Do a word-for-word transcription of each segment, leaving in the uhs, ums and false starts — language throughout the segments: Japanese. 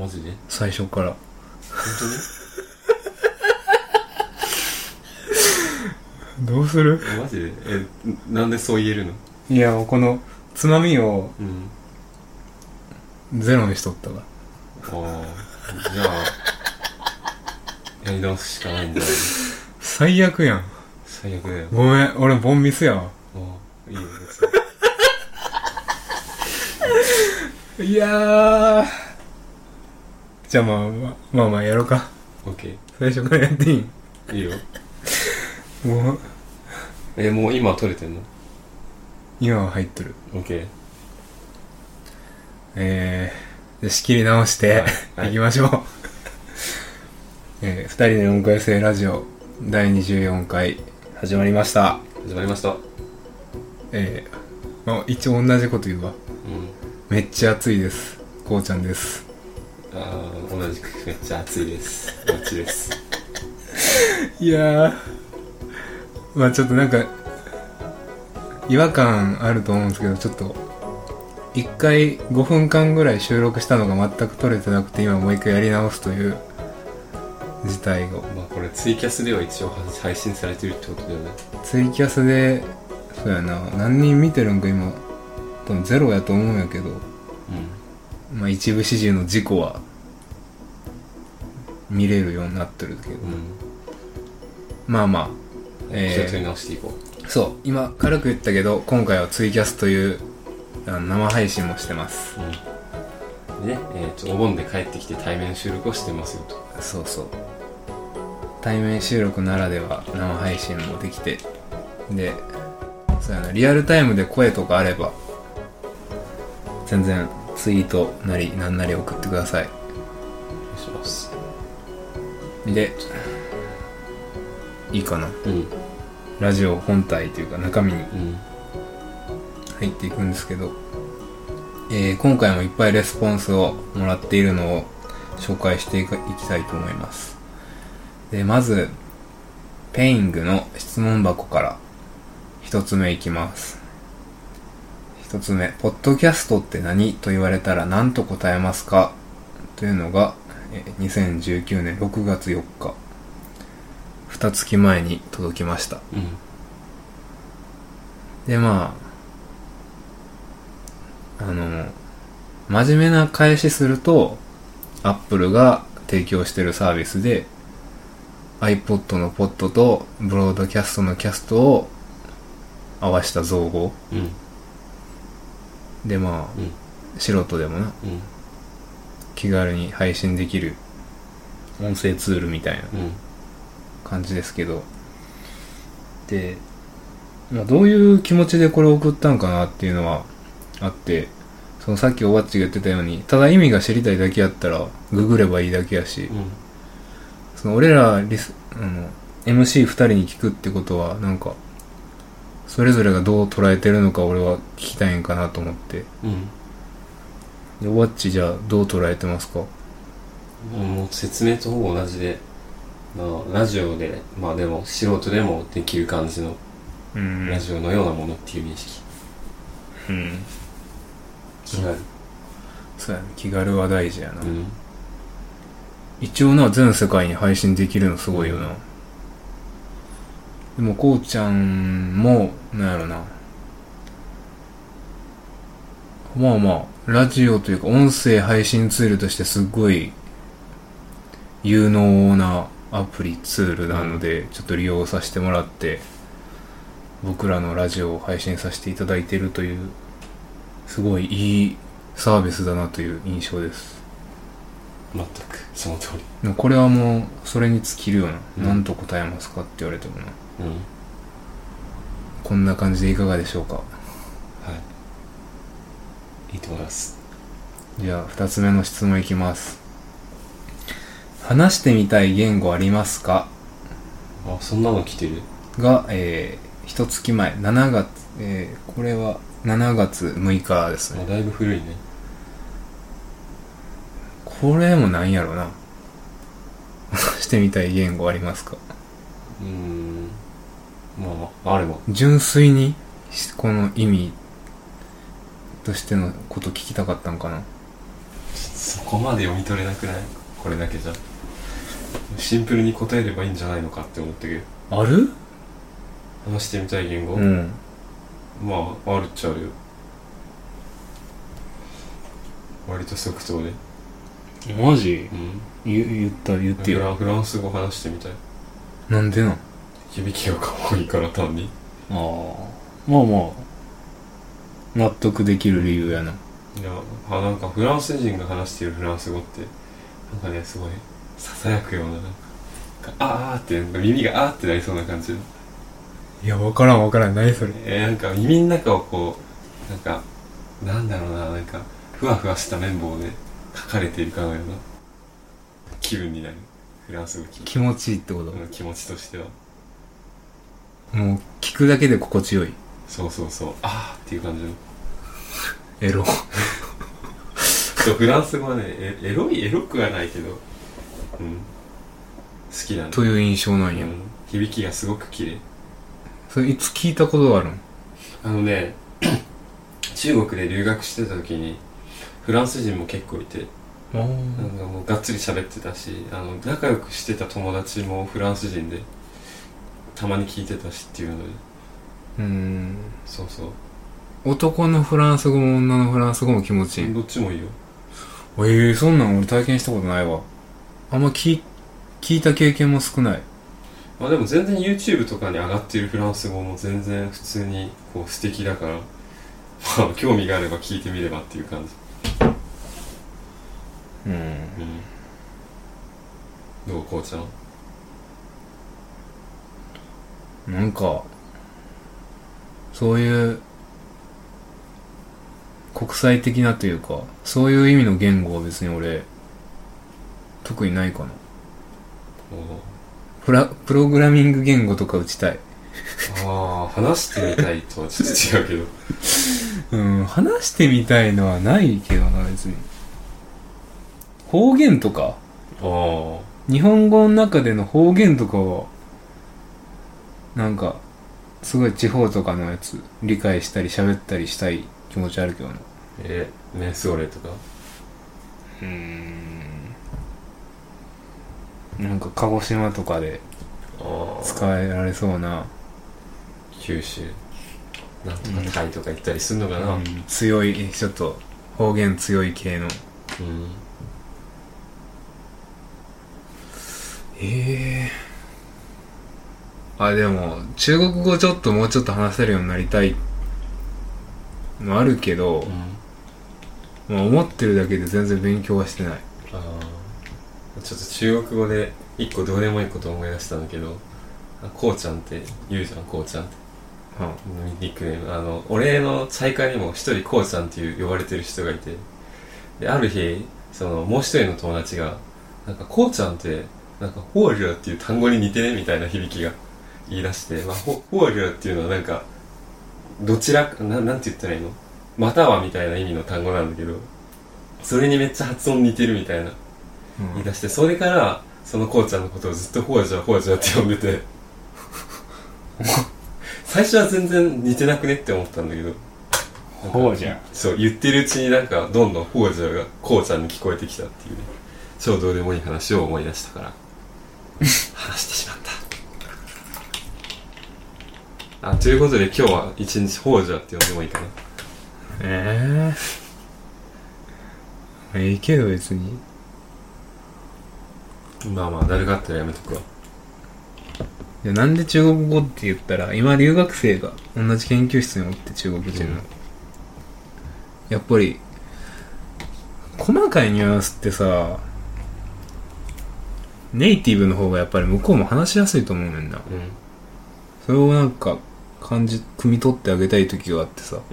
マジで最初から。 本当にどうする？ マジでえ、なんでそう言えるの？ いや、このつまみをうんゼロにしとったわ。 ああじゃあやり直すしかないんだよね。 最悪やん。 最悪だよ。 ごめん、俺ボンミスやわ。 ああいいよ別に。 いやー、じゃあまあまあまあまあやろうか。 オッケー。 最初からやっていい？ いいよ。 もうえもう今撮れてんの？ 今は入ってる。 オッケー。 えー、じゃあ仕切り直して、 はい、 行きましょう。えー、二人でよんかい生ラジオだいにじゅうよんかい始まりました。 始まりました。 えー、まあ、一応同じこと言うわ。 うん。 めっちゃ暑いです。こうちゃんです。 ああ同じくめっちゃ暑いです。こっちです。 いやー、まあちょっとなんか違和感あると思うんですけど、ちょっと一回ごふんかんぐらい収録したのが全く撮れてなくて、今もう一回やり直すという事態が。 まあこれツイキャスでは一応配信されてるってことだよね。 ツイキャスで、そうやな、何人見てるんか今多分ゼロやと思うんやけど、 うん、 まあ一部始終の事故は見れるようになってるけど、 うん、 まあまあ、 えー、一つに直していこうそう今軽く言ったけど、今回はツイキャスというあの生配信もしてます。 うん、で、えー、とお盆で帰ってきて対面収録をしてますよと。 そうそう、対面収録ならでは生配信もできて、でそうやな、リアルタイムで声とかあれば全然ツイートなりなんなり送ってください。 お願いします。 でいいかな、 うん、 ラジオ本体というか中身にうん入っていくんですけど、えー、今回もいっぱいレスポンスをもらっているのを紹介していきたいと思います。でまずペイングの質問箱から一つ目いきます。一つ目、ポッドキャストって何と言われたら何と答えますかというのがにせんじゅうきゅうねんろくがつよっか、二月前に届きました。 うん、 でまああの真面目な返しすると、アップルが提供してるサービスで iPod のポッドとブロードキャストのキャストを合わせた造語、 うん、 でまあ、うん、素人でもな、うん、気軽に配信できる音声ツールみたいな感じですけど、で、まあ、どういう気持ちでこれを送ったんかなっていうのはあって、そのさっきおばっちが言ってたように、ただ意味が知りたいだけやったらググればいいだけやし、うん、その俺らリスあの エムシーふたりに聞くってことは、なんかそれぞれがどう捉えてるのか俺は聞きたいんかなと思って、うん、でおばっちじゃあどう捉えてますか？ もう説明とほぼ同じで、まあ、ラジオでまあでも素人でもできる感じのラジオのようなものっていう認識。 うん、 気軽、うん、 そうやね、気軽は大事やな、うん、一応な全世界に配信できるのすごいよな、うん、でもこうちゃんもなんやろな、まあまあラジオというか音声配信ツールとしてすごい有能なアプリツールなので、うん、ちょっと利用させてもらって僕らのラジオを配信させていただいているという、すごいいいサービスだなという印象です。 全くその通り。 でもこれはもうそれに尽きるような、うん、何と答えますかって言われてもな、うん、こんな感じでいかがでしょうか？はい、いいと思います。 じゃあふたつめの質問いきます。話してみたい言語ありますか？ あ、そんなの来てるが、えー、一月前、しちがつ、えー、これはしちがつむいかですね。 あ、だいぶ古いね。 これもなんやろな。話してみたい言語ありますか？ うーん、まああれば純粋にこの意味としてのこと聞きたかったんかな。 そこまで読み取れなくない？これだけじゃシンプルに答えればいいんじゃないのかって思ったけど。 ある？ 話してみたい言語、 うん、 まああるっちゃあるよ。割と即答で。 マジ？ うん。 言, 言った言ってよ。 フランス語話してみたい。 なんでなん？ 響きがかっこいいから単に。 ああ、まあまあ納得できる理由やな。 いや、あ、なんかフランス人が話しているフランス語ってなんかね、すごいささやくような、なんかあーってなんか耳があーってなりそうな感じ。 いや、分からん分からん、何それ。 えー、なんか耳の中をこうなんかなんだろうな、なんかふわふわした綿棒で書かれているかのような気分になる。フランス語気持ちいいってこと？ 気持ちとしてはもう聞くだけで心地よい。 そうそうそう、あーっていう感じのエロそう、フランス語はね、エ, エロいエロくはないけど、うん、好きなんだという印象なんや、 うん、響きがすごく綺麗。 それいつ聞いたことがあるん？ あのね中国で留学してた時にフランス人も結構いて、なんかもうがっつり喋ってたし、あの仲良くしてた友達もフランス人でたまに聞いてたしっていうので、 うーん、 そうそう、 男のフランス語も女のフランス語も気持ちいい。 どっちもいいよ。 ええー、そんなん俺体験したことないわ。あんま聞聞いた経験も少ない。 まあでも全然 YouTube とかに上がっているフランス語も全然普通にこう素敵だから、まあ興味があれば聞いてみればっていう感じ。 うん、うん、 どう、こうちゃん？ なんかそういう国際的なというかそういう意味の言語は別に俺特にないかな。プラプログラミング言語とか打ちたい。 ああ、話してみたいとはちょっと違うけどうん、話してみたいのはないけどな、別に。方言とか、 あ日本語の中での方言とかはなんかすごい地方とかのやつ理解したり喋ったりしたい気持ちあるけどな。 えー、メンスオレとか、 うーん、なんか鹿児島とかで使えられそうな、 九州なんとかタイとか行ったりするのかな、 うん、強いちょっと方言強い系の、 うん、 ええー、あ、でも中国語ちょっともうちょっと話せるようになりたいのあるけど、うん、まあ、思ってるだけで全然勉強はしてない。 ああ、ちょっと中国語で一個どうでもいいことを思い出したんだけど、こうちゃんって言うじゃん、こうちゃんって、はあ、ニックネーム、あの俺のチャイカにも一人こうちゃんっていう呼ばれてる人がいて、である日そのもう一人の友達がなんかこうちゃんってなんかホールっていう単語に似てねみたいな響きが言い出して、まあ、ホールっていうのはなんかどちらか な, なんて言ったらいいの、またはみたいな意味の単語なんだけど、それにめっちゃ発音似てるみたいな、うん、言い出して、それからそのこうちゃんのことをずっとホージャーホージャーって呼んでて最初は全然似てなくねって思ったんだけど、 ホージャー、 そう言ってるうちになんかどんどんホージャーがこうちゃんに聞こえてきたっていうね、超どうでもいい話を思い出したから話してしまった。あ、ということで今日は一日ホージャーって呼んでもいいかな。 ええー、いいけど別に。 まあまあ誰かあったらやめとくわ。 いや、なんで中国語って言ったら今留学生が同じ研究室におって中国人の、うん、やっぱり細かいニュアンスってさ、ネイティブの方がやっぱり向こうも話しやすいと思うねんな、うん、それをなんか感じ汲み取ってあげたい時があってさ、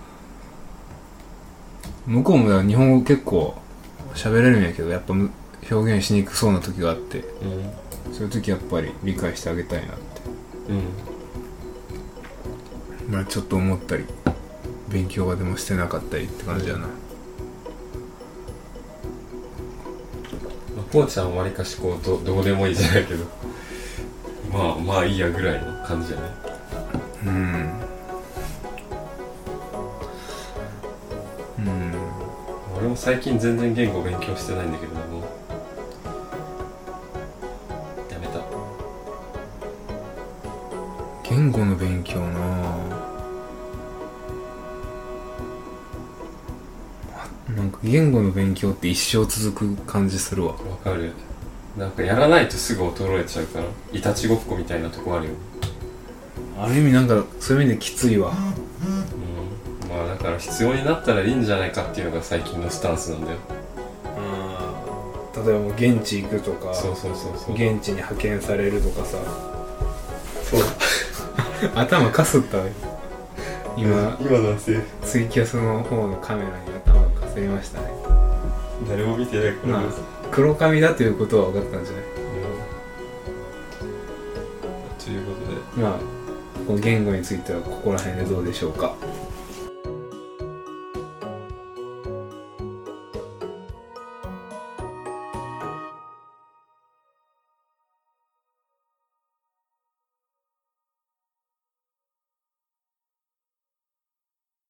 うん、向こうもだから日本語結構喋れるんやけどやっぱ表現しにくそうな時があって、うん、そういう時やっぱり理解してあげたいなって、うん、まあちょっと思ったり勉強はでもしてなかったりって感じやな、うん、 こうちゃんはわりかしこう ど, どうでもいいじゃないけどまあまあいいやぐらいの感じじゃない。うんうん、俺俺も最近全然言語勉強してないんだけどもうやめた。 言語の勉強なぁ。なんか言語の勉強って一生続く感じするわ。 わかる。なんかやらないとすぐ衰えちゃうからいたちごっこみたいなとこあるよ。 ある意味なんかそういう意味できついわ。 うん、まあだから必要になったらいいんじゃないかっていうのが最近のスタンスなんだよ。 うん、例えばもう現地行くとか、 そうそうそうそう、 現地に派遣されるとかさ。そう頭かすったわ今。 今のはセーフ。 ツイキャスの方のカメラに頭をかすりましたね。 誰も見てないから、 まあ、黒髪だということは分かったんじゃない、うん、 ということでまあこの言語についてはここら辺でどうでしょうか。